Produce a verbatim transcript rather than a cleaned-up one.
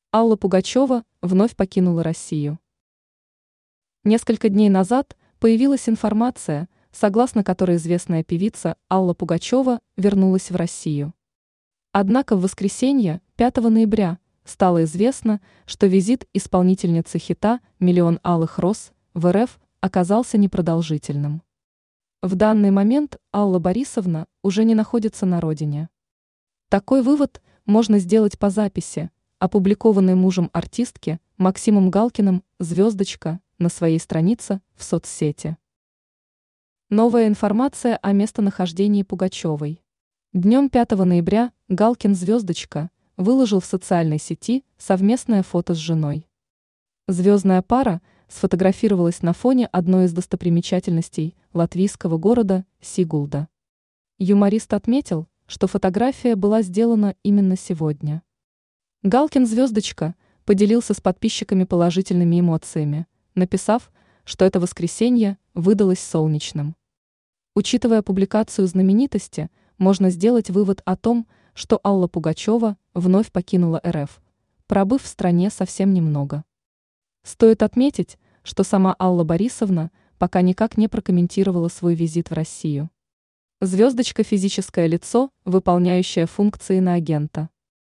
Алла Пугачева вновь покинула Россию. Несколько дней назад появилась информация, согласно которой известная певица Алла Пугачева вернулась в Россию. Однако в воскресенье, пятого ноября, стало известно, что визит исполнительницы хита «Миллион алых роз» в эр эф оказался непродолжительным. В данный момент Алла Борисовна уже не находится на родине. Такой вывод можно сделать по записи, опубликованной мужем артистки Максимом Галкиным «Звездочка» на своей странице в соцсети. Новая информация о местонахождении Пугачевой. Днем пятого ноября Галкин «Звездочка» выложил в социальной сети совместное фото с женой. Звездная пара сфотографировалась на фоне одной из достопримечательностей латвийского города Сигулда. Юморист отметил, что фотография была сделана именно сегодня. Галкин «Звездочка» поделился с подписчиками положительными эмоциями, написав, что это воскресенье выдалось солнечным. Учитывая публикацию знаменитости, можно сделать вывод о том, что Алла Пугачева вновь покинула эр эф, пробыв в стране совсем немного. Стоит отметить, что сама Алла Борисовна пока никак не прокомментировала свой визит в Россию. «Звездочка» – физическое лицо, выполняющее функции иноагента.